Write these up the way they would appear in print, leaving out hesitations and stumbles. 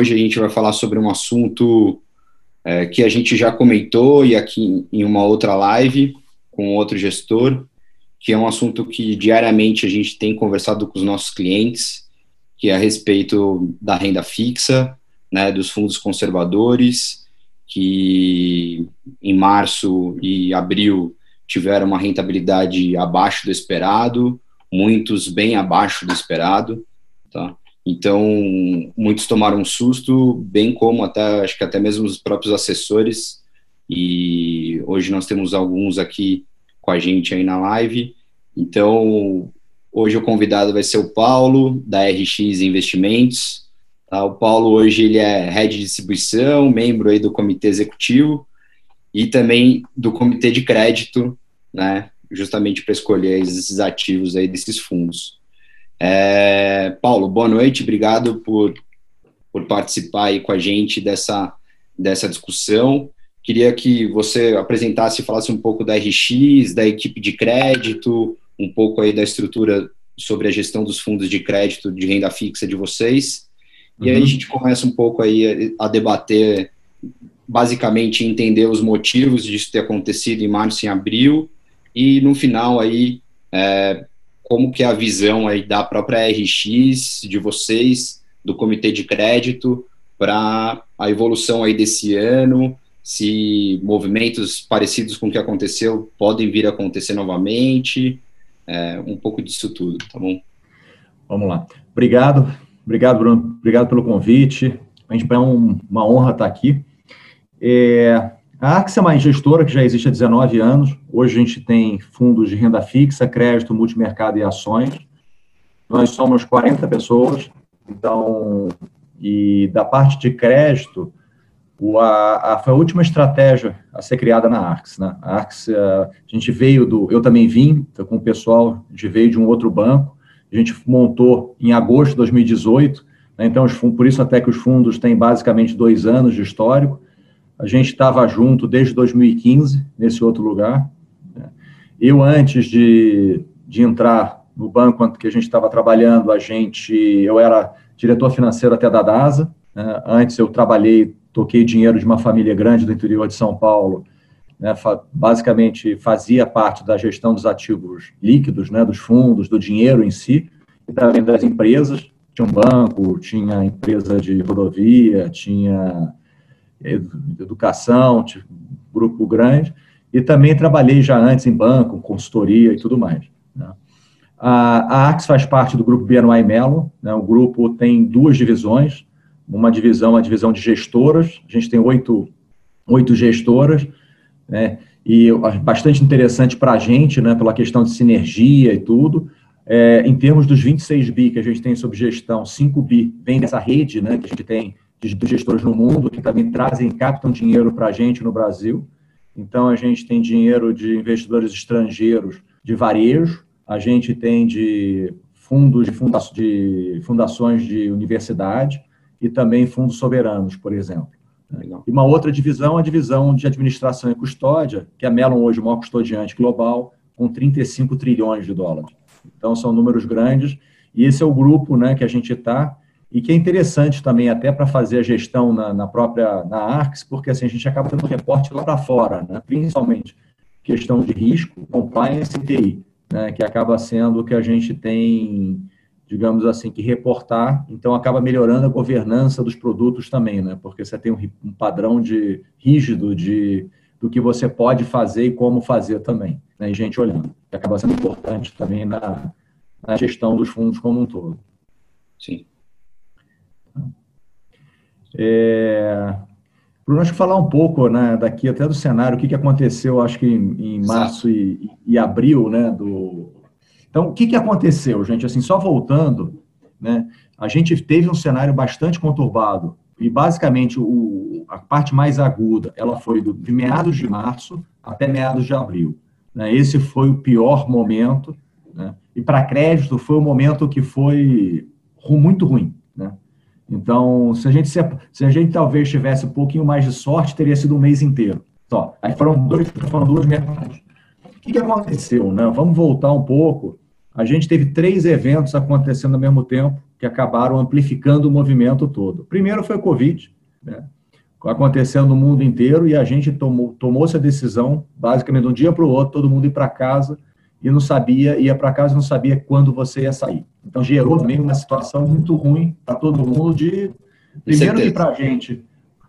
Hoje a gente vai falar sobre um assunto que a gente já comentou e aqui em uma outra live com outro gestor, que é um assunto que diariamente a gente tem conversado com os nossos clientes, que é a respeito da renda fixa, né, dos fundos conservadores, que em março e abril tiveram uma rentabilidade abaixo do esperado, muitos bem abaixo do esperado, tá? Então, muitos tomaram um susto, bem como acho que até mesmo os próprios assessores, e hoje nós temos alguns aqui com a gente aí na live. Então, hoje o convidado vai ser o Paulo, da RX Investimentos. Tá? O Paulo hoje ele é Head de Distribuição, membro aí do Comitê Executivo e também do Comitê de Crédito, né? Justamente para escolher esses ativos aí desses fundos. Paulo, boa noite, obrigado por participar aí com a gente dessa discussão. Queria que você apresentasse e falasse um pouco da RX, da equipe de crédito, um pouco aí da estrutura sobre a gestão dos fundos de crédito de renda fixa de vocês. E aí a gente começa um pouco aí a debater, basicamente entender os motivos disso ter acontecido em março e em abril, e no final aí como que é a visão aí da própria RX, de vocês, do Comitê de Crédito, para a evolução aí desse ano, se movimentos parecidos com o que aconteceu podem vir a acontecer novamente, um pouco disso tudo, tá bom? Vamos lá. Obrigado, Bruno. Obrigado pelo convite. A gente é uma honra estar aqui. A Arx é uma gestora que já existe há 19 anos. Hoje a gente tem fundos de renda fixa, crédito, multimercado e ações. Nós somos 40 pessoas. Então, e da parte de crédito, foi a última estratégia a ser criada na Arx, né? A Arx, a gente veio eu também vim com o pessoal, a gente veio de um outro banco. A gente montou em agosto de 2018, né? Então, por isso até que os fundos têm basicamente 2 anos de histórico. A gente estava junto desde 2015, nesse outro lugar. Eu, antes de entrar no banco que a gente estava trabalhando, eu era diretor financeiro até da DASA. Né? Antes eu toquei dinheiro de uma família grande do interior de São Paulo. Né? Basicamente, fazia parte da gestão dos ativos líquidos, né? Dos fundos, do dinheiro em si, e também das empresas. Tinha um banco, tinha empresa de rodovia, tinha educação, grupo grande, e também trabalhei já antes em banco, consultoria e tudo mais. Né? A Arx faz parte do grupo BNY Mellon, né? O grupo tem 2 divisões, a divisão de gestoras, a gente tem 8 gestoras, né? E bastante interessante para a gente, né? Pela questão de sinergia e tudo. Em termos dos 26 bi que a gente tem sob gestão, 5 bi vem dessa rede, né? Que a gente tem de gestores no mundo, que também captam dinheiro para a gente no Brasil. Então, a gente tem dinheiro de investidores estrangeiros de varejo, a gente tem de fundos de fundações de universidade e também fundos soberanos, por exemplo. Legal. E uma outra divisão, a divisão de administração e custódia, que é a Mellon hoje, o maior custodiante global, com 35 trilhões de dólares. Então, são números grandes, e esse é o grupo, né, que a gente está, e que é interessante também até para fazer a gestão na Arx, porque assim, a gente acaba tendo um reporte lá para fora, né? Principalmente questão de risco, compliance e TI, né? Que acaba sendo o que a gente tem, digamos assim, que reportar, então acaba melhorando a governança dos produtos também, né? Porque você tem um padrão rígido do que você pode fazer e como fazer também, né? E gente olhando, que acaba sendo importante também na gestão dos fundos como um todo. Sim. Bruno, acho que falar um pouco, né, daqui até do cenário, o que aconteceu, acho que em março e abril, né, Então, o que aconteceu, gente? Assim, só voltando, né, a gente teve um cenário bastante conturbado e, basicamente, a parte mais aguda, ela foi de meados de março até meados de abril. Né? Esse foi o pior momento, né? E para crédito foi o momento que foi muito ruim, né? Então, se a gente talvez tivesse um pouquinho mais de sorte, teria sido um mês inteiro. Só. Aí foram 2 metades. O que aconteceu? Né? Vamos voltar um pouco a gente teve 3 eventos acontecendo ao mesmo tempo que acabaram amplificando o movimento todo. Primeiro foi o Covid, né, acontecendo no mundo inteiro, e a gente tomou essa decisão, basicamente, de um dia para o outro, todo mundo ir para casa, e não sabia, ia para casa e não sabia quando você ia sair. Então, gerou também uma situação muito ruim para todo mundo, primeiro que para a gente...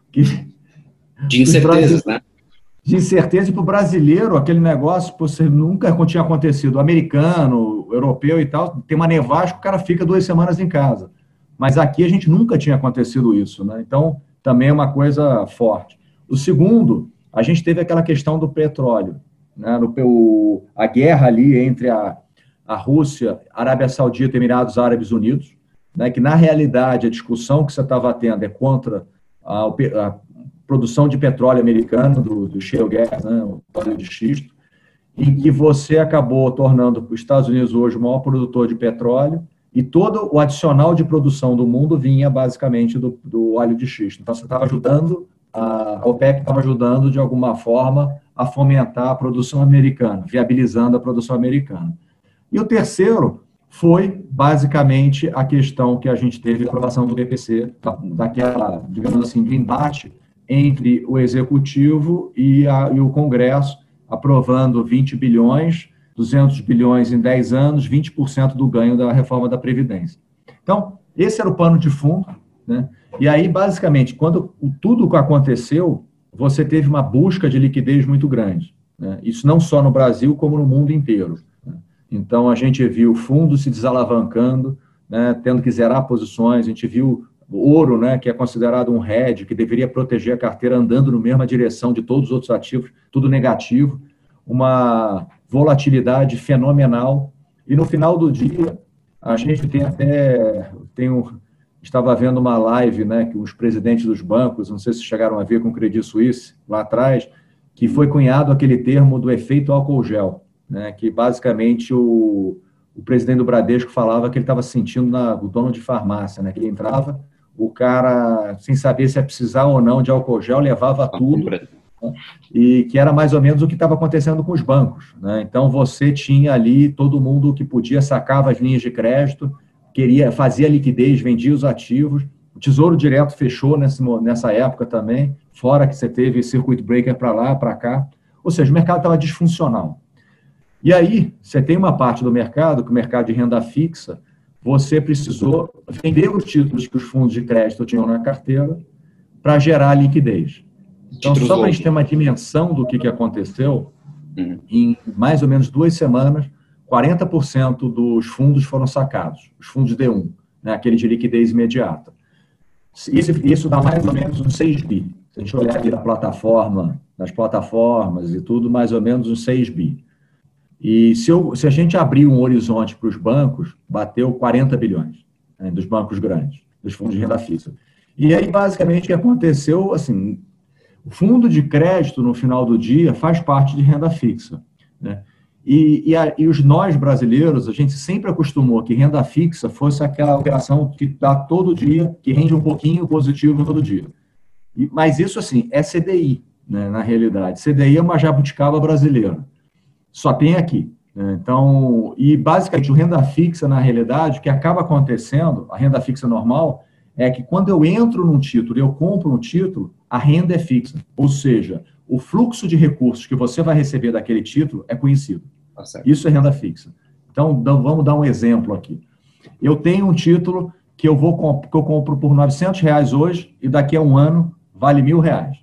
De incertezas, né? De incerteza, e para o brasileiro, aquele negócio, você nunca tinha acontecido. O americano, o europeu e tal, tem uma nevasca, o cara fica 2 semanas em casa. Mas aqui a gente nunca tinha acontecido isso, né? Então, também é uma coisa forte. O segundo, a gente teve aquela questão do petróleo, né? A guerra ali entre a Rússia, Arábia Saudita e Emirados Árabes Unidos, né? Que, na realidade, a discussão que você estava tendo é contra a produção de petróleo americano, do shale gas, né, o óleo de xisto, e que você acabou tornando os Estados Unidos hoje o maior produtor de petróleo, e todo o adicional de produção do mundo vinha basicamente do óleo de xisto. Então, você estava ajudando, a OPEC estava ajudando, de alguma forma, a fomentar a produção americana, viabilizando a produção americana. E o terceiro foi, basicamente, a questão que a gente teve, a aprovação do BPC, daquela, digamos assim, do embate entre o Executivo e o Congresso, aprovando 20 bilhões, 200 bilhões em 10 anos, 20% do ganho da reforma da Previdência. Então, esse era o pano de fundo, né? E aí, basicamente, quando tudo que aconteceu, você teve uma busca de liquidez muito grande, né? Isso não só no Brasil, como no mundo inteiro, né? Então, a gente viu fundos se desalavancando, né, tendo que zerar posições, a gente viu o ouro, né, que é considerado um hedge, que deveria proteger a carteira, andando na mesma direção de todos os outros ativos, tudo negativo, uma volatilidade fenomenal. E no final do dia, a gente estava vendo uma live, né, que os presidentes dos bancos, não sei se chegaram a ver com o Credit Suisse lá atrás, que foi cunhado aquele termo do efeito álcool gel, né, que basicamente o presidente do Bradesco falava que ele estava sentindo o dono de farmácia, né, que ele entrava, o cara, sem saber se ia precisar ou não de álcool gel, levava tudo, né? E que era mais ou menos o que estava acontecendo com os bancos, né? Então, você tinha ali todo mundo que podia, sacava as linhas de crédito, fazia liquidez, vendia os ativos. O Tesouro Direto fechou nessa época também, fora que você teve circuit breaker para lá, para cá. Ou seja, o mercado estava disfuncional. E aí, você tem uma parte do mercado, que é o mercado de renda fixa, você precisou vender os títulos que os fundos de crédito tinham na carteira para gerar liquidez. Então, só para a gente ter uma dimensão do que aconteceu, em mais ou menos 2 semanas, 40% dos fundos foram sacados, os fundos D1, né, aquele de liquidez imediata. Isso dá mais ou menos uns 6 bi. Se a gente olhar aqui nas plataformas e tudo, mais ou menos uns 6 bi. E se a gente abrir um horizonte para os bancos, bateu 40 bilhões, né, dos bancos grandes, dos fundos de renda fixa. E aí, basicamente, o que aconteceu, assim, o fundo de crédito, no final do dia, faz parte de renda fixa, né? E nós, brasileiros, a gente sempre acostumou que renda fixa fosse aquela operação que dá todo dia, que rende um pouquinho positivo todo dia. Mas isso, assim, é CDI, né, na realidade. CDI é uma jabuticaba brasileira. Só tem aqui, né? Então, e basicamente o renda fixa, na realidade, o que acaba acontecendo, a renda fixa normal, é que quando eu entro num título e eu compro um título, a renda é fixa. Ou seja, o fluxo de recursos que você vai receber daquele título é conhecido. Tá certo. Isso é renda fixa. Então, vamos dar um exemplo aqui. Eu tenho um título que eu compro por R$900 hoje e daqui a um ano vale R$1.000.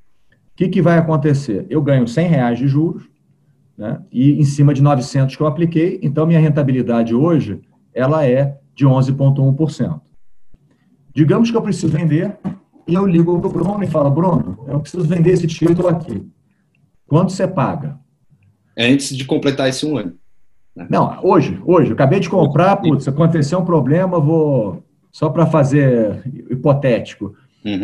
O que vai acontecer? Eu ganho R$100 de juros, né, e em cima de 900 que eu apliquei, então minha rentabilidade hoje ela é de 11,1%. Digamos que eu preciso vender e eu ligo para o Bruno e falo, Bruno, eu preciso vender esse título aqui. Quanto você paga? Antes de completar esse 1 ano. Né? Não, hoje. Eu acabei de comprar, putz, aconteceu um problema, vou... Só para fazer hipotético.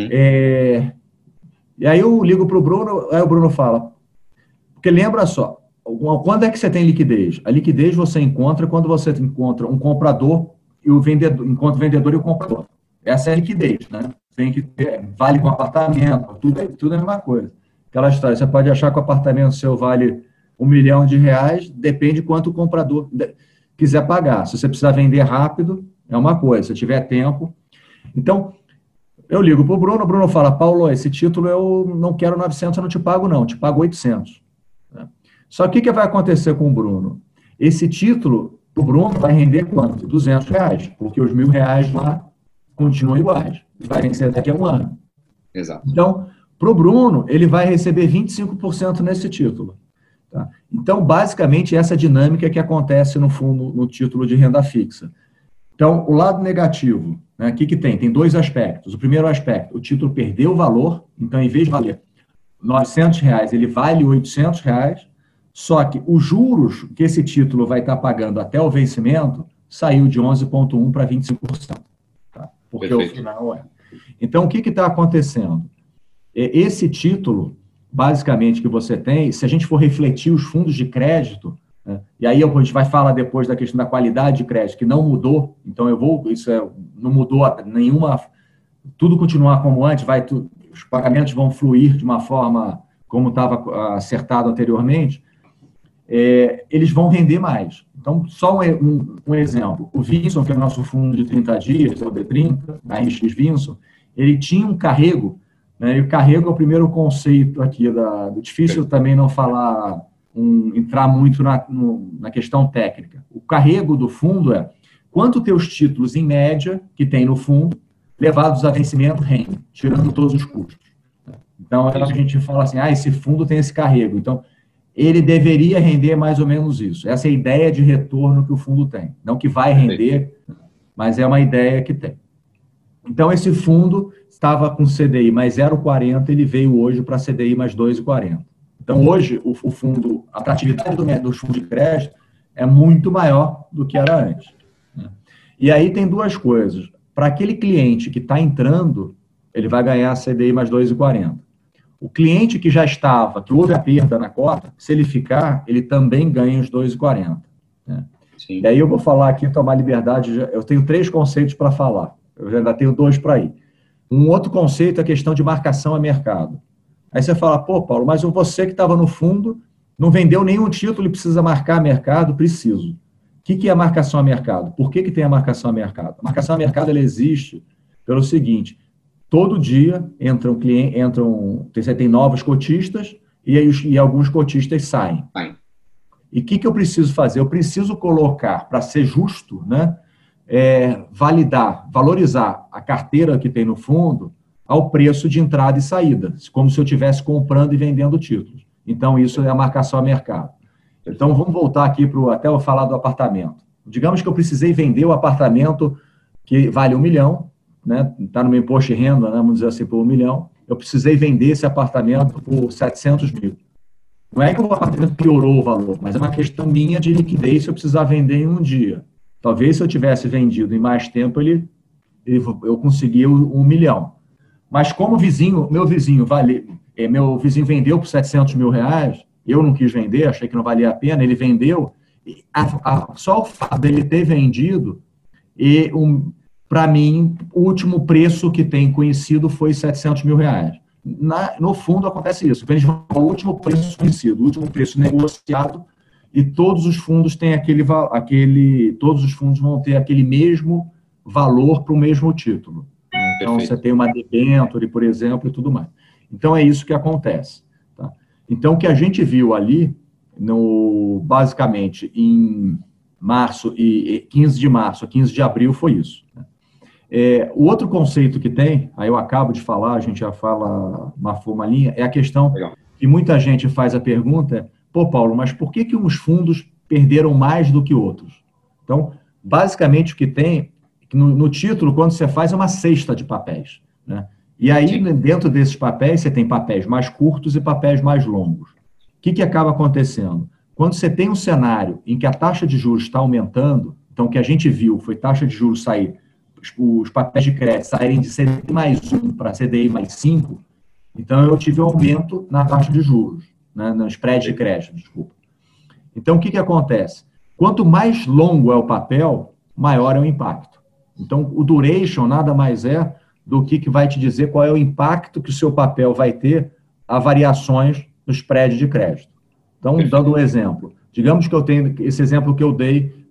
E aí eu ligo para o Bruno, aí o Bruno fala, porque lembra só, quando é que você tem liquidez? A liquidez você encontra quando você encontra um comprador e o vendedor, encontra o vendedor e o comprador. Essa é a liquidez, né? Tem que ter, vale com apartamento, tudo é a mesma coisa. Aquela história, você pode achar que o apartamento seu vale R$1 milhão, depende quanto o comprador... quiser pagar. Se você precisar vender rápido, é uma coisa. Se tiver tempo... Então, eu ligo para o Bruno fala, Paulo, esse título eu não quero 900, eu não te pago não, te pago 800. Só que o que vai acontecer com o Bruno? Esse título, o Bruno vai render quanto? R$200, porque os R$1.000 lá continuam iguais. Vai vencer daqui a um ano. Exato. Então, para o Bruno, ele vai receber 25% nesse título. Tá? Então, basicamente, essa dinâmica que acontece no fundo, no título de renda fixa. Então, o lado negativo, né, o que tem? Tem dois aspectos. O primeiro aspecto, o título perdeu o valor, então, em vez de valer R$900, ele vale R$800, só que os juros que esse título vai estar pagando até o vencimento saiu de 11,1% para 25%. Tá? Porque o final é. Então, o que está acontecendo? Esse título, basicamente, que você tem, se a gente for refletir os fundos de crédito, né, e aí a gente vai falar depois da questão da qualidade de crédito, que não mudou, então não mudou nenhuma, tudo continuar como antes, os pagamentos vão fluir de uma forma como estava acertado anteriormente, eles vão render mais. Então, só um exemplo. O Vinson, que é o nosso fundo de 30 dias, o D30, a RX Vinson, ele tinha um carrego, né, e o carrego é o primeiro conceito aqui, difícil também não falar, entrar muito na questão técnica. O carrego do fundo é quanto teus títulos, em média, que tem no fundo, levados a vencimento, rendem, tirando todos os custos. Então, a gente fala assim, esse fundo tem esse carrego. Então, ele deveria render mais ou menos isso. Essa é a ideia de retorno que o fundo tem. Não que vai render, mas é uma ideia que tem. Então, esse fundo estava com CDI mais 0,40, ele veio hoje para CDI mais 2,40. Então, hoje, o fundo, a atratividade dos fundos de crédito é muito maior do que era antes. E aí tem duas coisas. Para aquele cliente que está entrando, ele vai ganhar CDI mais 2,40. O cliente que já estava, que houve a perda na cota, se ele ficar, ele também ganha os 2,40. Né? E aí eu vou falar aqui, tomar liberdade, eu tenho 3 conceitos para falar, eu ainda tenho 2 para ir. Um outro conceito é a questão de marcação a mercado. Aí você fala, Paulo, mas você que estava no fundo, não vendeu nenhum título e precisa marcar a mercado? Preciso. O que é a marcação a mercado? Por que tem a marcação a mercado? A marcação a mercado ela existe pelo seguinte... Todo dia você tem novos cotistas e alguns cotistas saem. E o que eu preciso fazer? Eu preciso colocar, para ser justo, né, valorizar a carteira que tem no fundo ao preço de entrada e saída, como se eu estivesse comprando e vendendo títulos. Então, isso é a marcação a mercado. Então, vamos voltar aqui até eu falar do apartamento. Digamos que eu precisei vender o apartamento que vale R$1 milhão, né, está no meu imposto de renda, né, vamos dizer assim, por R$1 milhão, eu precisei vender esse apartamento por 700 mil. Não é que o apartamento piorou o valor, mas é uma questão minha de liquidez se eu precisar vender em um dia. Talvez se eu tivesse vendido em mais tempo, eu conseguia R$1 milhão. Mas como meu vizinho vendeu por 700 mil reais, eu não quis vender, achei que não valia a pena, ele vendeu, só o fato dele ter vendido, para mim, o último preço que tem conhecido foi 700 mil reais. No fundo, acontece isso. Vende o último preço conhecido, o último preço negociado, e todos os fundos têm todos os fundos vão ter aquele mesmo valor para o mesmo título. Então, perfeito. Você tem uma debenture, por exemplo, e tudo mais. Então, é isso que acontece. Tá? Então, o que a gente viu ali, basicamente, em março e 15 de março a 15 de abril, foi isso. O outro conceito que tem, aí eu acabo de falar, a gente já fala uma linha, é a questão que muita gente faz a pergunta, Paulo, mas por que uns fundos perderam mais do que outros? Então, basicamente o que tem, no título, quando você faz, é uma cesta de papéis. Né? E aí, dentro desses papéis, você tem papéis mais curtos e papéis mais longos. O que acaba acontecendo? Quando você tem um cenário em que a taxa de juros está aumentando, então o que a gente viu foi taxa de juros sair, os papéis de crédito saírem de CDI mais 1 para CDI mais 5, então eu tive um aumento na taxa de juros, né, no spread de crédito, desculpa. Então, o que acontece? Quanto mais longo é o papel, maior é o impacto. Então, o duration nada mais é do que vai te dizer qual é o impacto que o seu papel vai ter a variações no spread de crédito. Então, dando um exemplo, digamos que eu tenho esse exemplo que eu dei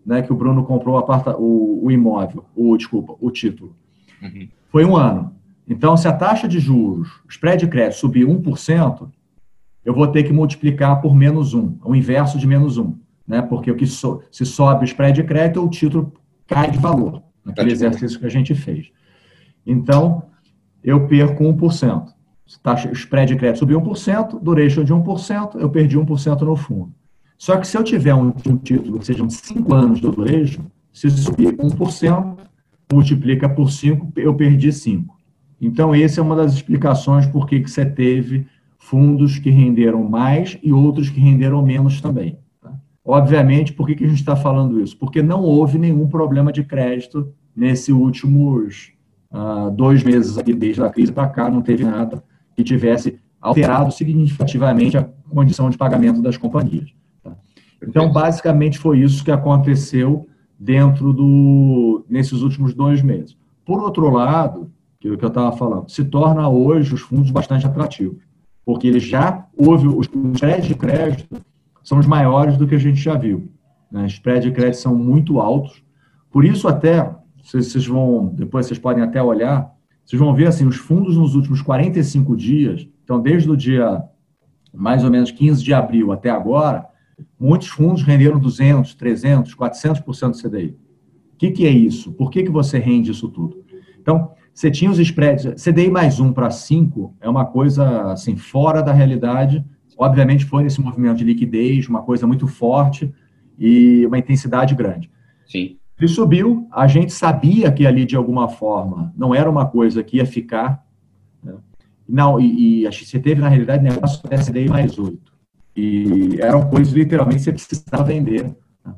né, que o Bruno comprou o imóvel, o título. Uhum. Foi 1 ano. Então, se a taxa de juros, o spread de crédito subir 1%, eu vou ter que multiplicar por -1, o inverso de -1, né? Porque se sobe o spread de crédito, o título cai de valor, naquele exercício que a gente fez. Então, eu perco 1%. O spread de crédito subiu 1%, duration de 1%, eu perdi 1% no fundo. Só que se eu tiver um título que sejam 5 anos do duration, se subir 1%, multiplica por 5, eu perdi 5. Então, essa é uma das explicações por que você teve fundos que renderam mais e outros que renderam menos também. Tá? Obviamente, por que a gente está falando isso? Porque não houve nenhum problema de crédito nesses últimos 2 meses, aqui, desde a crise para cá, não teve nada que tivesse alterado significativamente a condição de pagamento das companhias. Tá? Então, basicamente, foi isso que aconteceu nesses últimos 2 meses. Por outro lado, que eu estava falando, se torna hoje os fundos bastante atrativos, porque os spreads de crédito são os maiores do que a gente já viu. Né? Os spreads de crédito são muito altos, por isso até, depois vocês podem até olhar, vocês vão ver assim, os fundos nos últimos 45 dias, então desde o dia mais ou menos 15 de abril até agora, muitos fundos renderam 200, 300, 400% do CDI. O que é isso? Por que você rende isso tudo? Então, você tinha os spreads, CDI mais 1 para 5 é uma coisa assim, fora da realidade. Obviamente foi nesse movimento de liquidez, uma coisa muito forte e uma intensidade grande. Sim. Ele subiu, a gente sabia que ali, de alguma forma, não era uma coisa que ia ficar. Né? Não, e você teve, na realidade, negócio até CDI mais 8. E eram coisas, literalmente, que você precisava vender. Né?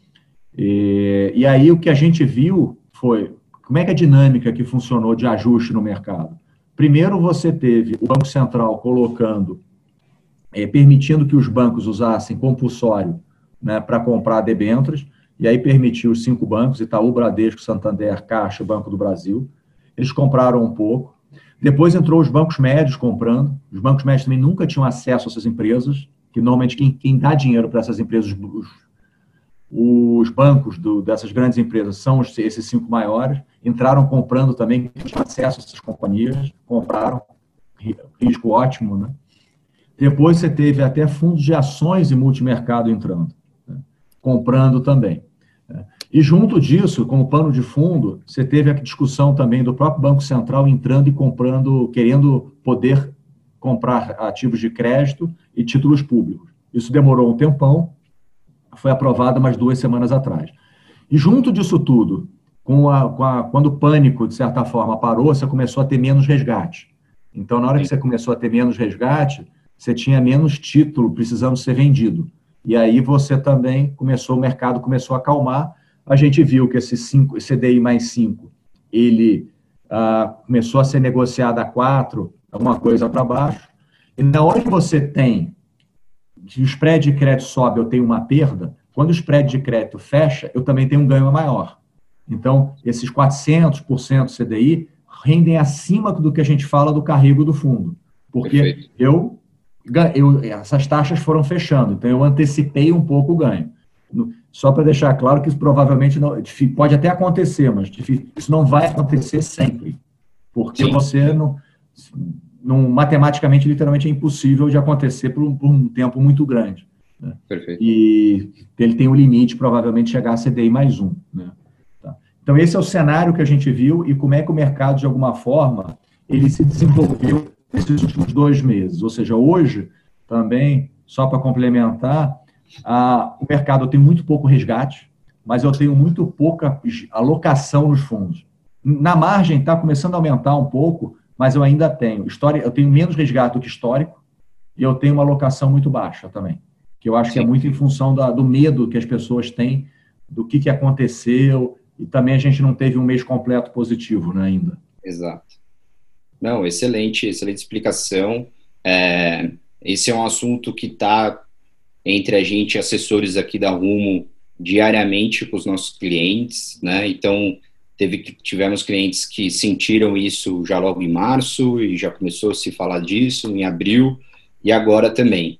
E aí, o que a gente viu foi como é que a dinâmica que funcionou de ajuste no mercado. Primeiro, você teve o Banco Central permitindo que os bancos usassem compulsório, né, para comprar debêntures, e aí permitiu os 5 bancos, Itaú, Bradesco, Santander, Caixa, Banco do Brasil. Eles compraram um pouco. Depois entrou os bancos médios comprando. Os bancos médios também nunca tinham acesso a essas empresas, que normalmente quem dá dinheiro para essas empresas, os bancos dessas grandes empresas são esses 5 maiores. Entraram comprando também, que tinham acesso a essas companhias, compraram, risco ótimo, né? Depois você teve até fundos de ações e multimercado entrando, né? Comprando também. E junto disso, como pano de fundo, você teve a discussão também do próprio Banco Central entrando e comprando, querendo poder comprar ativos de crédito e títulos públicos. Isso demorou um tempão, foi aprovado umas 2 semanas atrás. E junto disso tudo, quando o pânico, de certa forma, parou, você começou a ter menos resgate. Então, na hora que você começou a ter menos resgate, você tinha menos título precisando ser vendido. E aí você também o mercado começou a acalmar. A gente viu que esse CDI mais 5, ele começou a ser negociado a 4, alguma coisa para baixo. E na hora que você tem, se o spread de crédito sobe, eu tenho uma perda, quando o spread de crédito fecha, eu também tenho um ganho maior. Então, esses 400% CDI rendem acima do que a gente fala do carrego do fundo. Porque essas taxas foram fechando, então eu antecipei um pouco o ganho. Só para deixar claro que isso provavelmente não, pode até acontecer, mas isso não vai acontecer sempre, porque você matematicamente, literalmente, é impossível de acontecer por um tempo muito grande. Né? Perfeito. E ele tem um limite, provavelmente, chegar a CDI mais 1. Né? Tá. Então, esse é o cenário que a gente viu e como é que o mercado, de alguma forma, ele se desenvolveu nesses últimos 2 meses. Ou seja, hoje, também, só para complementar, o mercado tem muito pouco resgate, mas eu tenho muito pouca alocação nos fundos. Na margem está começando a aumentar um pouco, mas eu ainda tenho. Eu tenho menos resgate do que histórico e eu tenho uma alocação muito baixa também, que eu acho que é muito em função do medo que as pessoas têm do que aconteceu, e também a gente não teve um mês completo positivo, né, ainda. Exato. Não, excelente explicação. Esse é um assunto que está entre a gente, assessores aqui da Rumo, diariamente com os nossos clientes, né? Então, tivemos clientes que sentiram isso já logo em março e já começou a se falar disso em abril e agora também.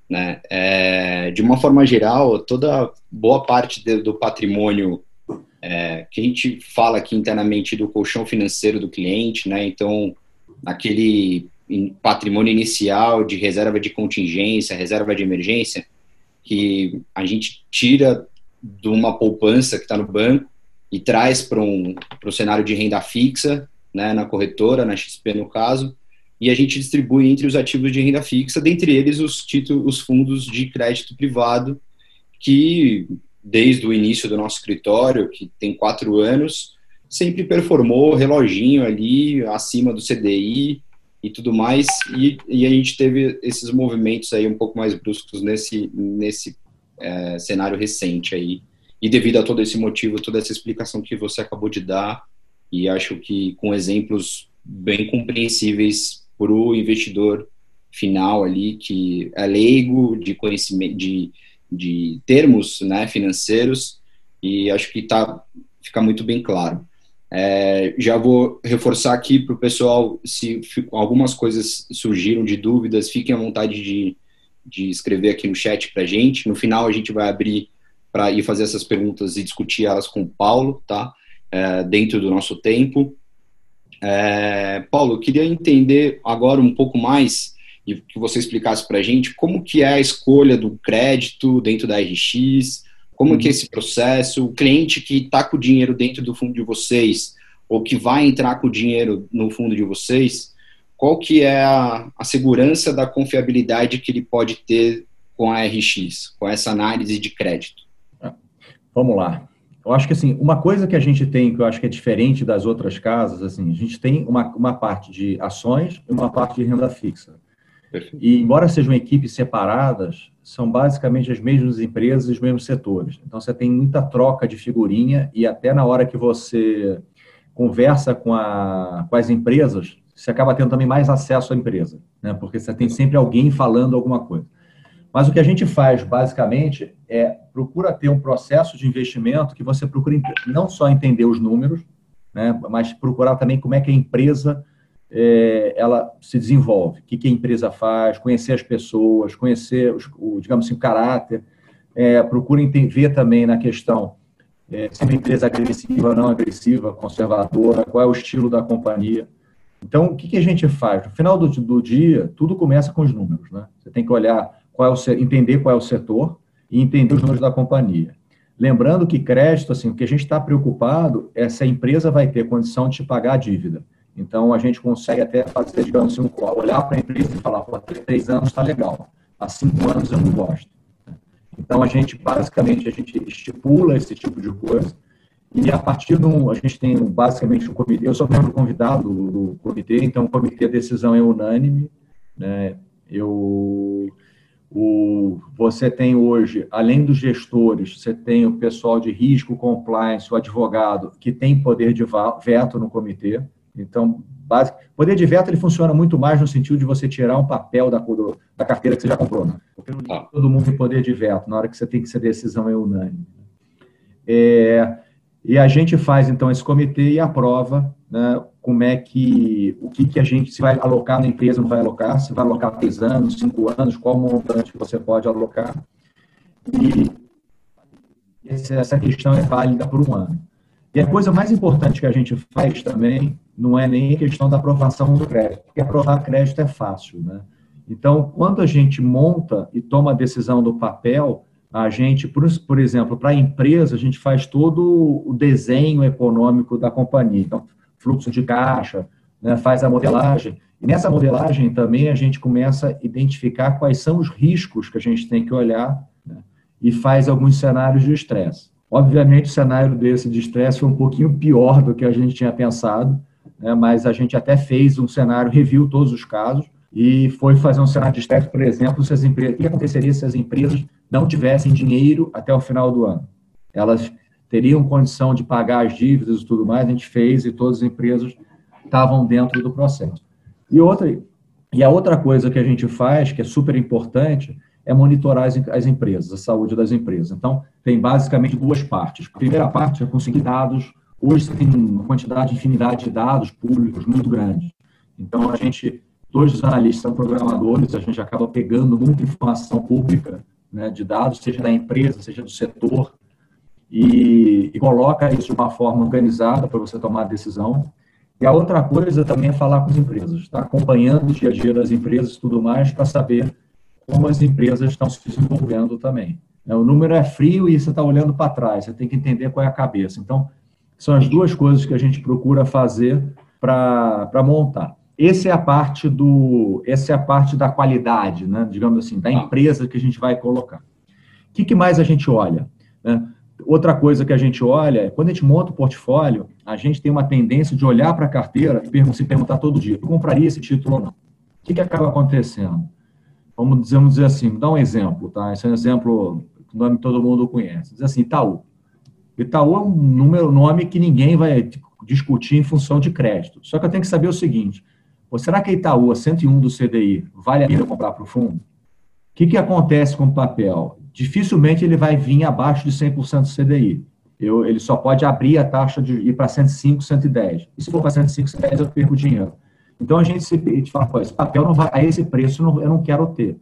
né? De uma forma geral, toda boa parte do patrimônio que a gente fala aqui internamente do colchão financeiro do cliente, né? Então, aquele patrimônio inicial de reserva de contingência, reserva de emergência, que a gente tira de uma poupança que está no banco e traz para o cenário de renda fixa, né, na corretora, na XP no caso, e a gente distribui entre os ativos de renda fixa, dentre eles os fundos de crédito privado, que desde o início do nosso escritório, que tem 4 anos, sempre performou reloginho ali acima do CDI e tudo mais, e a gente teve esses movimentos aí um pouco mais bruscos nesse cenário recente aí, e devido a todo esse motivo, toda essa explicação que você acabou de dar, e acho que com exemplos bem compreensíveis para o investidor final ali, que é leigo de conhecimento, de termos, né, financeiros, e acho que fica muito bem claro. Já vou reforçar aqui para o pessoal, se algumas coisas surgiram de dúvidas, fiquem à vontade de escrever aqui no chat para a gente. No final, a gente vai abrir para ir fazer essas perguntas e discutir elas com o Paulo, tá? Dentro do nosso tempo. Paulo, eu queria entender agora um pouco mais e que você explicasse para a gente como que é a escolha do crédito dentro da RX, como que é esse processo, o cliente que está com o dinheiro dentro do fundo de vocês, ou que vai entrar com o dinheiro no fundo de vocês, qual que é a segurança da confiabilidade que ele pode ter com a RX, com essa análise de crédito? Vamos lá. Eu acho que, assim, uma coisa que a gente tem, que eu acho que é diferente das outras casas, assim, a gente tem uma parte de ações e uma parte de renda fixa. Perfeito. E, embora sejam equipes separadas, são basicamente as mesmas empresas e os mesmos setores. Então, você tem muita troca de figurinha e até na hora que você conversa com as empresas, você acaba tendo também mais acesso à empresa, né? Porque você tem sempre alguém falando alguma coisa. Mas o que a gente faz, basicamente, procura ter um processo de investimento que você procura não só entender os números, né, mas procurar também como é que a empresa ela se desenvolve, o que a empresa faz, conhecer as pessoas, conhecer, digamos assim, o caráter. Procura ver também na questão se é uma empresa agressiva, não agressiva, conservadora, qual é o estilo da companhia. Então, o que a gente faz? No final do dia, tudo começa com os números, né? Você tem que olhar, entender qual é o setor e entender os números da companhia. Lembrando que crédito, assim, o que a gente está preocupado é se a empresa vai ter condição de te pagar a dívida. Então, a gente consegue até fazer, digamos assim, olhar para a empresa e falar, pô, 3 anos está legal, há 5 anos eu não gosto. Então, basicamente, a gente estipula esse tipo de coisa e a partir a gente tem basicamente um comitê, eu sou membro convidado do comitê, então o comitê, a decisão é unânime, né? Você tem hoje, além dos gestores, você tem o pessoal de risco, compliance, o advogado, que tem poder de veto no comitê. Então, poder de veto ele funciona muito mais no sentido de você tirar um papel da carteira que você já comprou, né? Porque todo mundo tem poder de veto, na hora que você tem que ser decisão é unânime. E a gente faz, então, esse comitê e aprova, né, como é o que a gente, se vai alocar na empresa, não vai alocar, se vai alocar 3 anos, 5 anos, qual montante você pode alocar. E essa questão é válida por 1 ano. E a coisa mais importante que a gente faz também não é nem a questão da aprovação do crédito, porque aprovar crédito é fácil, né? Então, quando a gente monta e toma a decisão do papel, a gente, por exemplo, para a empresa, a gente faz todo o desenho econômico da companhia. Então, fluxo de caixa, né, faz a modelagem. E nessa modelagem também a gente começa a identificar quais são os riscos que a gente tem que olhar, né, e faz alguns cenários de estresse. Obviamente, o cenário desse de estresse foi um pouquinho pior do que a gente tinha pensado, né, mas a gente até fez um cenário, reviu todos os casos, e foi fazer um cenário de estresse, por exemplo, o que aconteceria se as empresas não tivessem dinheiro até o final do ano? Elas teriam condição de pagar as dívidas e tudo mais, a gente fez e todas as empresas estavam dentro do processo. E a outra coisa que a gente faz, que é super importante, é monitorar as empresas, a saúde das empresas. Então, tem basicamente 2 partes. A primeira parte é conseguir dados. Hoje você tem uma infinidade de dados públicos muito grande. Então, a gente dois dos analistas são programadores, a gente acaba pegando muita informação pública, né, de dados, seja da empresa, seja do setor, e coloca isso de uma forma organizada para você tomar a decisão. E a outra coisa também é falar com as empresas, estar acompanhando o dia a dia das empresas e tudo mais, para saber como as empresas estão se desenvolvendo também. O número é frio e você está olhando para trás, você tem que entender qual é a cabeça. Então, são as duas coisas que a gente procura fazer para montar. Essa é a parte da qualidade, né? Digamos assim, da empresa que a gente vai colocar. O que mais a gente olha, né? Outra coisa que a gente olha é, quando a gente monta o portfólio, a gente tem uma tendência de olhar para a carteira e se perguntar todo dia, eu compraria esse título ou não? O que acaba acontecendo? Vamos dizer assim, vou dar um exemplo, tá? Esse é um exemplo que o nome todo mundo conhece. Diz assim, Itaú. Itaú é um nome que ninguém vai discutir em função de crédito. Só que eu tenho que saber o seguinte, será que a Itaú, a 101 do CDI, vale a pena comprar para o fundo? O que acontece com o papel? Dificilmente ele vai vir abaixo de 100% do CDI. Ele só pode abrir a taxa de ir para 105, 110. E se for para 105, 110, eu perco dinheiro. Então, a gente fala, esse papel não vai, a esse preço eu não quero ter.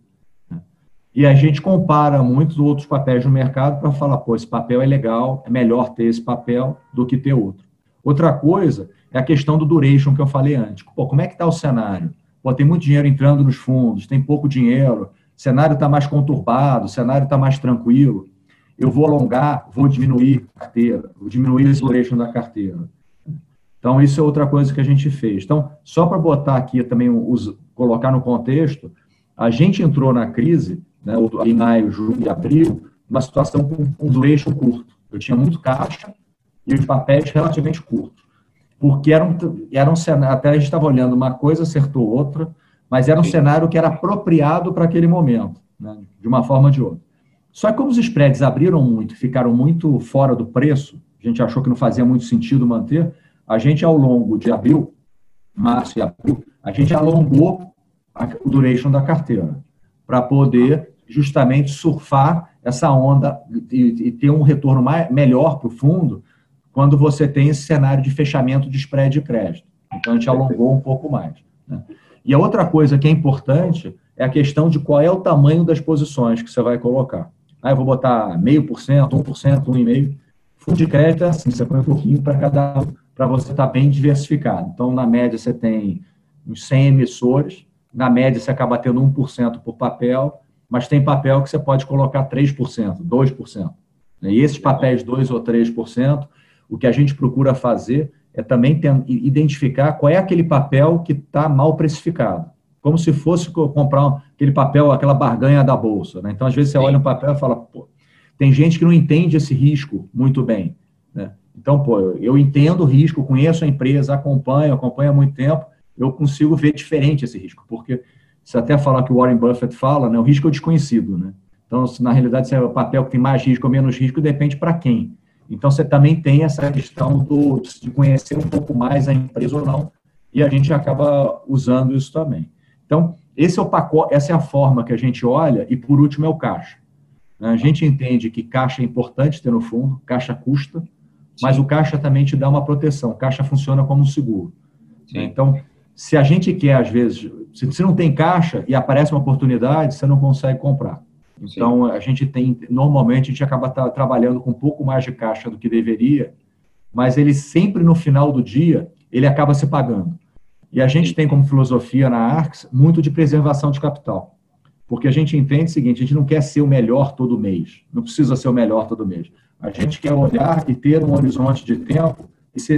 E a gente compara muitos outros papéis no mercado para falar, esse papel é legal, é melhor ter esse papel do que ter outro. Outra coisa é a questão do duration que eu falei antes. Como é que está o cenário? Tem muito dinheiro entrando nos fundos, tem pouco dinheiro, o cenário está mais conturbado, o cenário está mais tranquilo. Eu vou alongar, vou diminuir a carteira, vou diminuir o duration da carteira. Então, isso é outra coisa que a gente fez. Então, só para botar aqui também, colocar no contexto, a gente entrou na crise, né, em maio, junho e abril, uma situação com um duration curto. Eu tinha muito caixa e os papéis relativamente curtos. Porque era um cenário, até a gente estava olhando uma coisa, acertou outra, mas era um cenário que era apropriado para aquele momento, né, de uma forma ou de outra. Só que como os spreads abriram muito, ficaram muito fora do preço, a gente achou que não fazia muito sentido manter, a gente, ao longo de abril, março e abril, a gente alongou o duration da carteira para poder justamente surfar essa onda e ter um retorno melhor para o fundo quando você tem esse cenário de fechamento de spread de crédito. Então, a gente alongou um pouco mais, né? E a outra coisa que é importante é a questão de qual é o tamanho das posições que você vai colocar. Eu vou botar 0,5%, 1%, 1,5%. Fundo de crédito é assim, você põe um pouquinho para cada um, para você estar bem diversificado. Então, na média, você tem uns 100 emissores, na média, você acaba tendo 1% por papel, mas tem papel que você pode colocar 3%, 2%. E esses papéis 2% ou 3%, o que a gente procura fazer é também identificar qual é aquele papel que está mal precificado. Como se fosse comprar aquele papel, aquela barganha da bolsa, né? Então, às vezes, você olha um papel e fala, tem gente que não entende esse risco muito bem, né? Então, eu entendo o risco, conheço a empresa, acompanho há muito tempo, eu consigo ver diferente esse risco, porque se até falar que o Warren Buffett fala, né, o risco é o desconhecido, né? Então, na realidade, se é o papel que tem mais risco ou menos risco, depende para quem. Então, você também tem essa questão de conhecer um pouco mais a empresa ou não, e a gente acaba usando isso também. Então, esse é o pacote, essa é a forma que a gente olha, e por último é o caixa. A gente entende que caixa é importante ter no fundo, caixa custa, mas o caixa também te dá uma proteção, o caixa funciona como um seguro. Então, se a gente quer, às vezes, se não tem caixa e aparece uma oportunidade, você não consegue comprar. Então, a gente normalmente, a gente acaba trabalhando com um pouco mais de caixa do que deveria, mas ele sempre, no final do dia, ele acaba se pagando. E a gente tem como filosofia na Arx muito de preservação de capital. Porque a gente entende o seguinte, a gente não quer ser o melhor todo mês, não precisa ser o melhor todo mês. A gente quer olhar e ter um horizonte de tempo e ser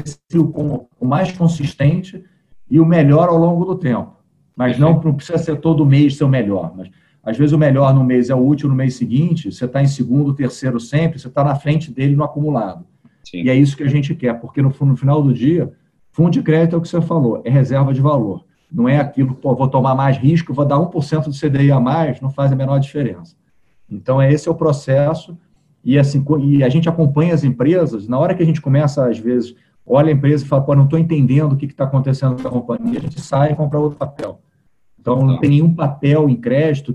o mais consistente e o melhor ao longo do tempo. Mas não precisa ser todo mês ser o melhor. Mas, às vezes, o melhor no mês é o útil no mês seguinte, você está em segundo, terceiro sempre, você está na frente dele no acumulado. Sim. E é isso que a gente quer, porque no final do dia, fundo de crédito é o que você falou, é reserva de valor. Não é aquilo, vou tomar mais risco, vou dar 1% do CDI a mais, não faz a menor diferença. Então, esse é o processo, e, assim, e a gente acompanha as empresas, na hora que a gente começa, às vezes, olha a empresa e fala, não estou entendendo o que está acontecendo com a companhia, a gente sai e compra outro papel. Então, não tem nenhum papel em crédito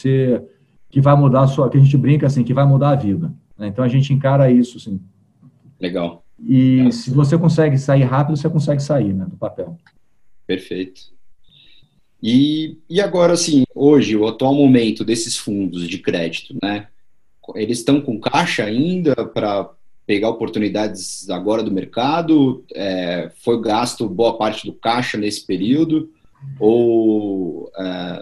que vai mudar que a gente brinca assim, que vai mudar a vida, né? Então, a gente encara isso, assim. Legal. E se você consegue sair rápido, você consegue sair, né, do papel. Perfeito. E agora, assim, hoje, o atual momento desses fundos de crédito, né? Eles estão com caixa ainda para pegar oportunidades agora do mercado? Foi gasto boa parte do caixa nesse período? Ou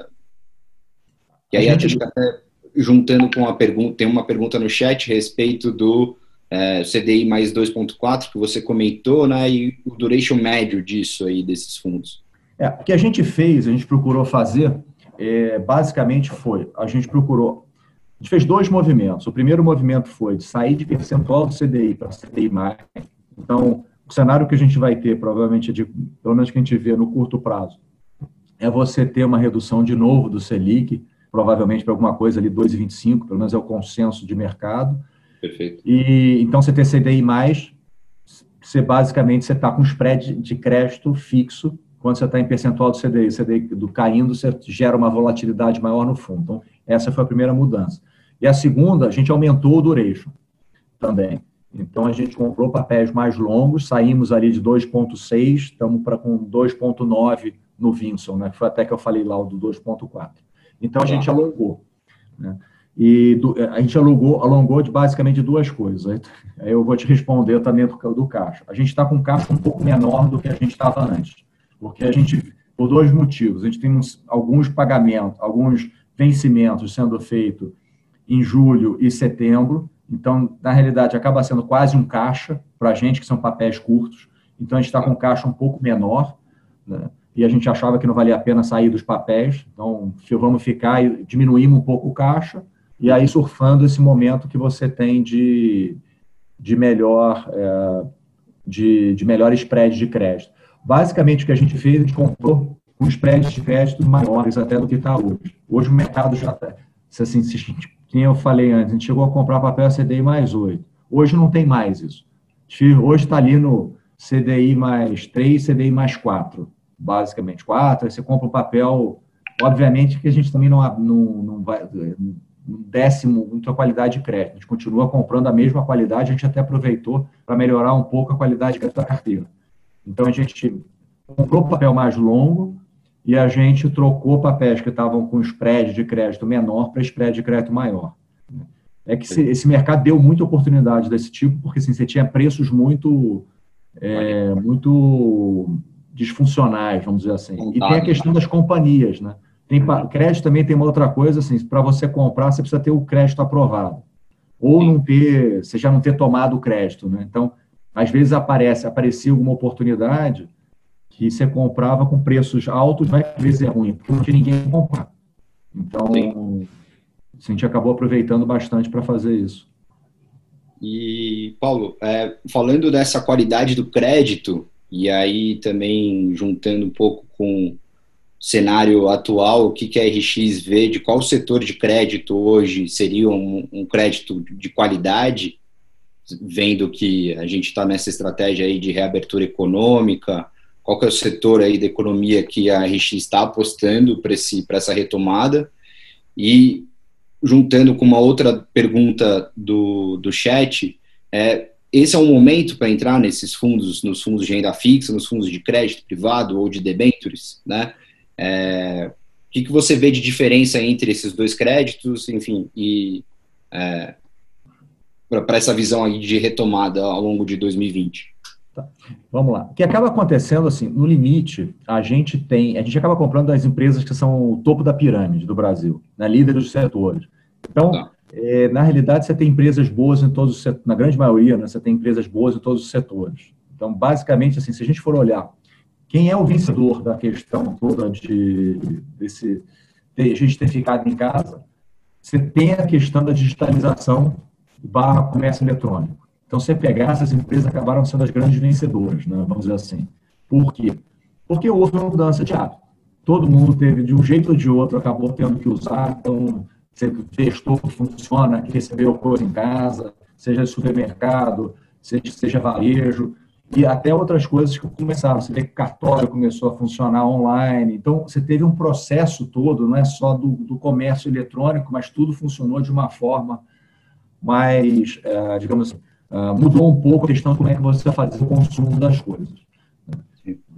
e A aí gente, acho que até juntando com a pergunta, tem uma pergunta no chat a respeito do CDI mais 2,4 que você comentou, né? E o duration médio disso aí, desses fundos. o que a gente fez, a gente procurou fazer, basicamente a gente fez dois movimentos. O primeiro movimento foi de sair de percentual do CDI para CDI+. Então, o cenário que a gente vai ter, provavelmente, pelo menos que a gente vê no curto prazo, é você ter uma redução de novo do Selic, provavelmente para alguma coisa ali 2,25, pelo menos é o consenso de mercado. Perfeito. E então você ter CDI+, você basicamente está com spread de crédito fixo quando você está em percentual do CDI do caindo, você gera uma volatilidade maior no fundo. Então, essa foi a primeira mudança. E a segunda, a gente aumentou o duration também. Então, a gente comprou papéis mais longos, saímos ali de 2,6, estamos com 2,9 no Vinson, né? Que foi até que eu falei lá, o do 2,4. Então, a gente alongou, né? E a gente alongou de basicamente duas coisas. Aí eu vou te responder também do caixa. A gente está com um caixa um pouco menor do que a gente estava antes, porque por dois motivos, a gente tem alguns pagamentos, alguns vencimentos sendo feitos em julho e setembro. Então, na realidade, acaba sendo quase um caixa para a gente, que são papéis curtos. Então, a gente está com um caixa um pouco menor, né? E a gente achava que não valia a pena sair dos papéis. Então, vamos ficar e diminuímos um pouco o caixa, e aí surfando esse momento que você tem de melhor spread de crédito. Basicamente, o que a gente fez, a gente comprou com spreads de crédito maiores até do que está hoje. Hoje o mercado já está... Assim, como eu falei antes, a gente chegou a comprar papel CDI mais 8. Hoje não tem mais isso. Hoje está ali no CDI mais 3, CDI mais 4, basicamente. 4, aí você compra o papel... Obviamente que a gente também não vai... Um décimo muito a qualidade de crédito. A gente continua comprando a mesma qualidade, a gente até aproveitou para melhorar um pouco a qualidade da carteira. Então, a gente comprou papel mais longo e a gente trocou papéis que estavam com spread de crédito menor para spread de crédito maior. É que esse mercado deu muita oportunidade desse tipo, porque assim, você tinha preços muito disfuncionais, vamos dizer assim. E tem a questão das companhias, né? Crédito também tem uma outra coisa, assim, para você comprar, você precisa ter o crédito aprovado. Ou você já não ter tomado o crédito, né? Então, às vezes aparecia alguma oportunidade que você comprava com preços altos, mas às vezes é ruim, porque não tinha ninguém para comprar. Então, a gente acabou aproveitando bastante para fazer isso. E, Paulo, falando dessa qualidade do crédito, e aí também juntando um pouco com cenário atual, o que a RX vê de qual setor de crédito hoje seria um crédito de qualidade, vendo que a gente está nessa estratégia aí de reabertura econômica, qual que é o setor aí da economia que a RX está apostando para essa retomada? E juntando com uma outra pergunta do chat, esse é um momento para entrar nesses fundos, nos fundos de renda fixa, nos fundos de crédito privado ou de debêntures, né? O que você vê de diferença entre esses dois créditos, enfim, e para essa visão aí de retomada ao longo de 2020? Tá. Vamos lá. O que acaba acontecendo, assim, no limite, a gente acaba comprando das empresas que são o topo da pirâmide do Brasil, né, líderes dos setores. Então, na realidade, você tem empresas boas em todos os setores, na grande maioria, né, você tem empresas boas em todos os setores. Então, basicamente, assim, se a gente for olhar quem é o vencedor da questão toda a gente ter ficado em casa, você tem a questão da digitalização / comércio eletrônico. Então, você pegar, essas empresas acabaram sendo as grandes vencedoras, né, vamos dizer assim. Por quê? Porque houve uma mudança de hábito. Todo mundo teve, de um jeito ou de outro, acabou tendo que usar. Então, você testou que funciona, que recebeu coisa em casa, seja supermercado, seja varejo, e até outras coisas que começaram. Você vê que o cartório começou a funcionar online. Então, você teve um processo todo, não é só do comércio eletrônico, mas tudo funcionou de uma forma mais, digamos assim, mudou um pouco a questão de como é que você faz o consumo das coisas.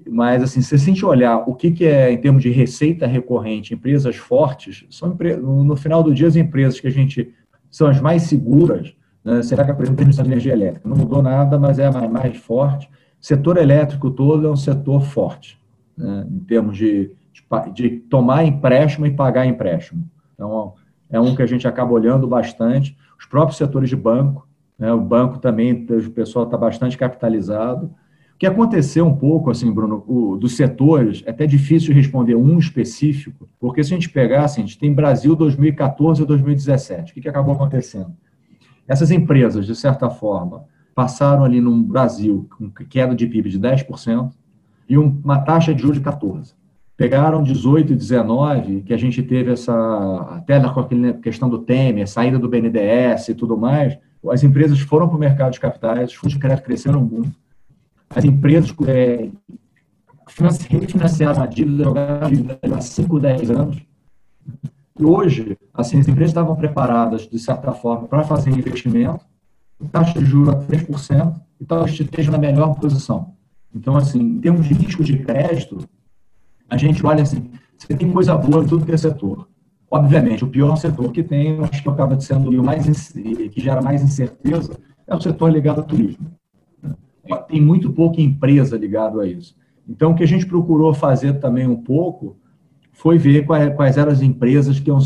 Mas, assim, se a gente olhar o que é, em termos de receita recorrente, empresas fortes, no final do dia, as empresas que a gente são as mais seguras, né? Você pega, por exemplo, a emissão de energia elétrica, não mudou nada, mas é a mais forte. O setor elétrico todo é um setor forte, né? Em termos de tomar empréstimo e pagar empréstimo. Então, é um que a gente acaba olhando bastante. Os próprios setores de banco, né? O banco também, o pessoal está bastante capitalizado. O que aconteceu um pouco, assim, Bruno, dos setores, é até difícil responder um específico, porque se a gente pegar, assim, a gente tem Brasil 2014 a 2017. O que acabou acontecendo? Essas empresas, de certa forma, passaram ali no Brasil com queda de PIB de 10% e uma taxa de juros de 14%. Pegaram 18 e 19, que a gente teve até com aquela questão do Temer, saída do BNDES e tudo mais, as empresas foram para o mercado de capitais, os fundos de crédito cresceram muito, as empresas refinanciaram a dívida, jogaram a dívida há 5, 10 anos, e hoje, assim, as empresas estavam preparadas, de certa forma, para fazer investimento, taxa de juros a 3%, e talvez esteja na melhor posição. Então, assim, em termos de risco de crédito, a gente olha assim, você tem coisa boa em tudo que é setor. Obviamente, o pior setor que tem, acho que acaba sendo o que gera mais incerteza, é o setor ligado ao turismo. Tem muito pouca empresa ligada a isso. Então, o que a gente procurou fazer também um pouco foi ver quais eram as empresas que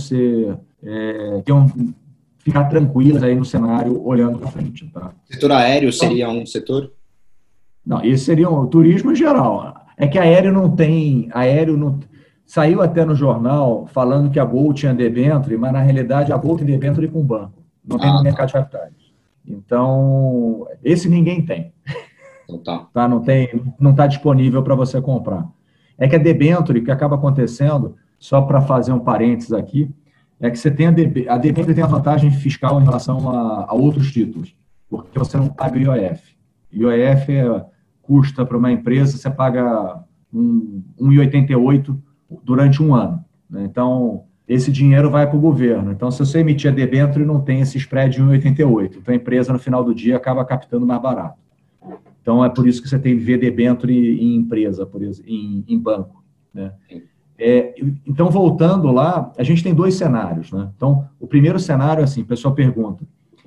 iam ficar tranquilas aí no cenário olhando para frente. Tá? Setor aéreo seria um setor? Não, esse seria o turismo em geral. É que aéreo não saiu até no jornal falando que a Gol tinha debênture, mas na realidade a Gol tem debênture com o banco, não tem no mercado de capitais. Então, esse ninguém tem. Tá, não está disponível para você comprar. É que a debênture, que acaba acontecendo, só para fazer um parênteses aqui, é que você tem a debênture tem a vantagem fiscal em relação a outros títulos, porque você não paga o IOF. IOF custa para uma empresa, você paga 1,88 durante um ano. Né? Então, esse dinheiro vai para o governo. Então, se você emitir a debênture, não tem esse spread de 1,88. Então, a empresa, no final do dia, acaba captando mais barato. Então, é por isso que você tem que ver debênture em empresa, por exemplo, em banco. Né? Então, voltando lá, a gente tem dois cenários. Né? Então, o primeiro cenário é assim, o pessoal pergunta,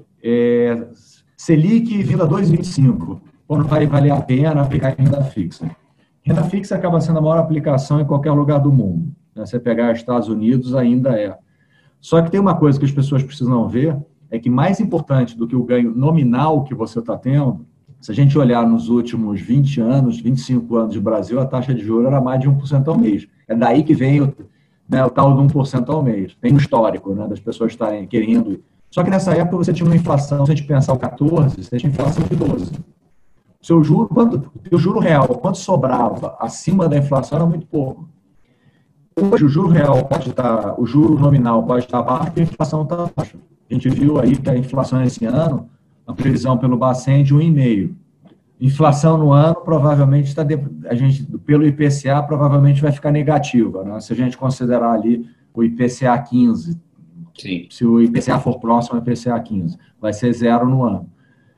Selic vindo a 2,25, quando vai valer a pena aplicar em renda fixa? Renda fixa acaba sendo a maior aplicação em qualquer lugar do mundo. Né? Você pegar os Estados Unidos, ainda é. Só que tem uma coisa que as pessoas precisam ver, é que mais importante do que o ganho nominal que você está tendo, se a gente olhar nos últimos 20 anos, 25 anos de Brasil, a taxa de juros era mais de 1% ao mês. É daí que vem o tal de 1% ao mês. Tem um histórico, né, das pessoas estarem querendo. Só que nessa época você tinha uma inflação, se a gente pensar o 14, você tinha inflação de 12. O juro real, quanto sobrava acima da inflação era muito pouco. Hoje o juro real o juro nominal pode estar baixo e a inflação está baixa. A gente viu aí que a inflação esse ano, a previsão pelo Bacen de 1,5%. Inflação no ano provavelmente pelo IPCA provavelmente vai ficar negativa, né? Se a gente considerar ali o IPCA 15. Sim. Se o IPCA for próximo ao IPCA 15, vai ser 0 no ano.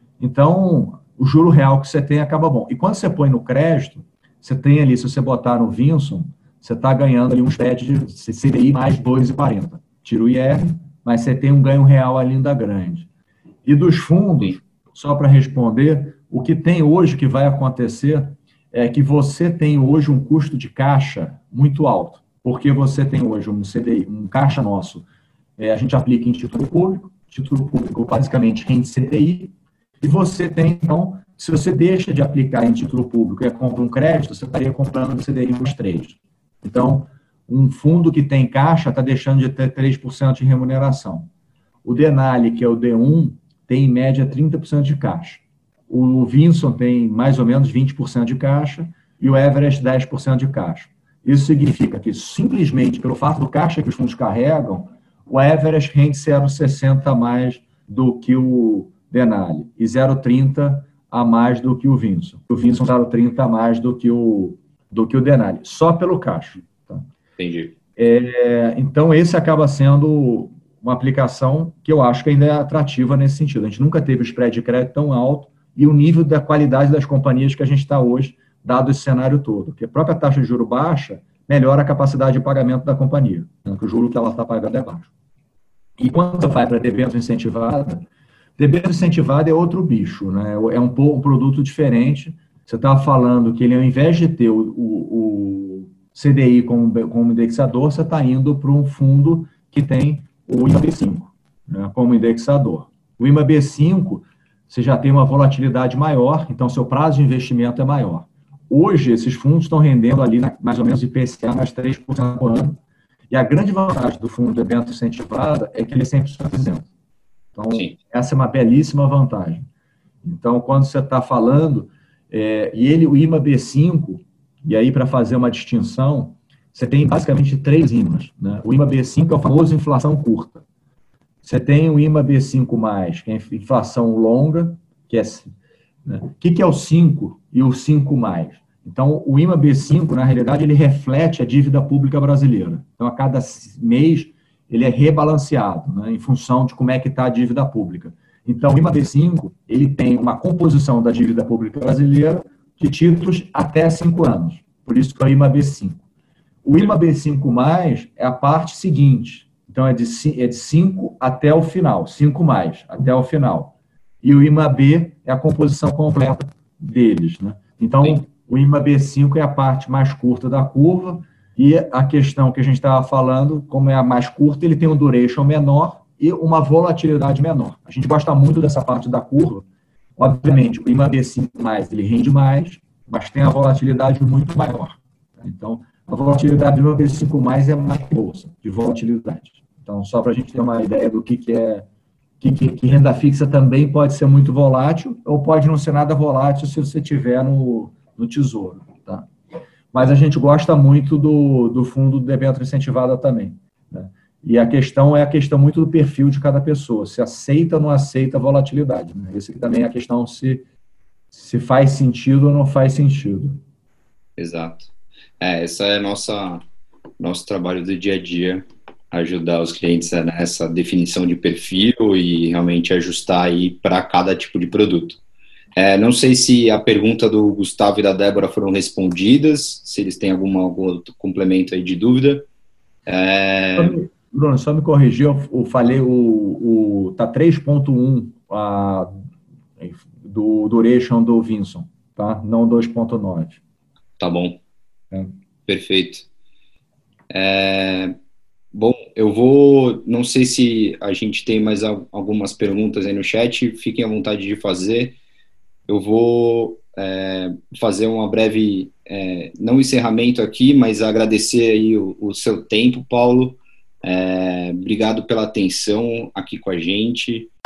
Então, o juro real que você tem acaba bom. E quando você põe no crédito, você tem ali, se você botar no Vinson, você está ganhando ali um spread de CDI mais 2,40. Tira o IR, mas você tem um ganho real ainda grande. E dos fundos, só para responder, o que tem hoje que vai acontecer é que você tem hoje um custo de caixa muito alto, porque você tem hoje um CDI, um caixa nosso, a gente aplica em título público basicamente rende CDI, e você tem, então, se você deixa de aplicar em título público e compra um crédito, você estaria comprando no CDI mais 3. Então, um fundo que tem caixa está deixando de ter 3% de remuneração. O Denali, que é o D1, tem em média 30% de caixa. O Vinson tem mais ou menos 20% de caixa e o Everest 10% de caixa. Isso significa que, simplesmente pelo fato do caixa que os fundos carregam, o Everest rende 0,60 a mais do que o Denali e 0,30 a mais do que o Vinson. O Vinson 0,30 a mais do que o Denali, só pelo caixa. Tá? Entendi. Então, esse acaba sendo uma aplicação que eu acho que ainda é atrativa nesse sentido. A gente nunca teve o spread de crédito tão alto e o nível da qualidade das companhias que a gente está hoje, dado esse cenário todo, que a própria taxa de juro baixa melhora a capacidade de pagamento da companhia, né, que o juro que ela está pagando é baixo. E quando você vai para debênture incentivada é outro bicho, né? É um produto diferente. Você estava falando que ele, ao invés de ter o CDI como indexador, você está indo para um fundo que tem o IMAB5, né, como indexador. O IMAB5, você já tem uma volatilidade maior, então seu prazo de investimento é maior. Hoje, esses fundos estão rendendo ali mais ou menos IPCA mais 3% por ano, e a grande vantagem do fundo de debênture incentivada é que ele é 100% isento. Então, sim, essa é uma belíssima vantagem. Então, quando você está falando, o IMAB5, e aí para fazer uma distinção, você tem basicamente 3 IMAs, né? O IMAB5 é o famoso inflação curta. Você tem o IMAB5+, que é a inflação longa, que é... Né? O que é o 5 e o 5+? Então, o IMAB5, na realidade, ele reflete a dívida pública brasileira. Então, a cada mês, ele é rebalanceado, né, em função de como é que está a dívida pública. Então, o IMAB5, ele tem uma composição da dívida pública brasileira de títulos até 5 anos. Por isso que é o IMAB5. O IMAB5+, é a parte seguinte. Então, é de 5 até o final. 5+, até o final. E o IMAB é a composição completa deles, né? Então, sim, o IMAB5 é a parte mais curta da curva, e a questão que a gente estava falando, como é a mais curta, ele tem um duration menor e uma volatilidade menor. A gente gosta muito dessa parte da curva. Obviamente, o IMAB5+, ele rende mais, mas tem a volatilidade muito maior. Então, a volatilidade do IMAB5+, é mais bolsa de volatilidade. Então, só para a gente ter uma ideia do que é, que renda fixa também pode ser muito volátil, ou pode não ser nada volátil se você tiver no Tesouro, tá? Mas a gente gosta muito do fundo de debênture incentivada também, né? E a questão muito do perfil de cada pessoa, se aceita ou não aceita a volatilidade, né? Esse aqui também é a questão se faz sentido ou não faz sentido. Exato. Essa é nosso trabalho do dia a dia, ajudar os clientes nessa definição de perfil e realmente ajustar aí para cada tipo de produto. Não sei se a pergunta do Gustavo e da Débora foram respondidas, se eles têm algum outro complemento aí de dúvida. Bruno, só me corrigir, eu falei, tá 3.1 do duration do Vinson, tá? Não 2.9. Tá bom. Perfeito. Bom, não sei se a gente tem mais algumas perguntas aí no chat, fiquem à vontade de fazer. Eu vou fazer uma breve, não encerramento aqui, mas agradecer aí o seu tempo, Paulo. Obrigado pela atenção aqui com a gente.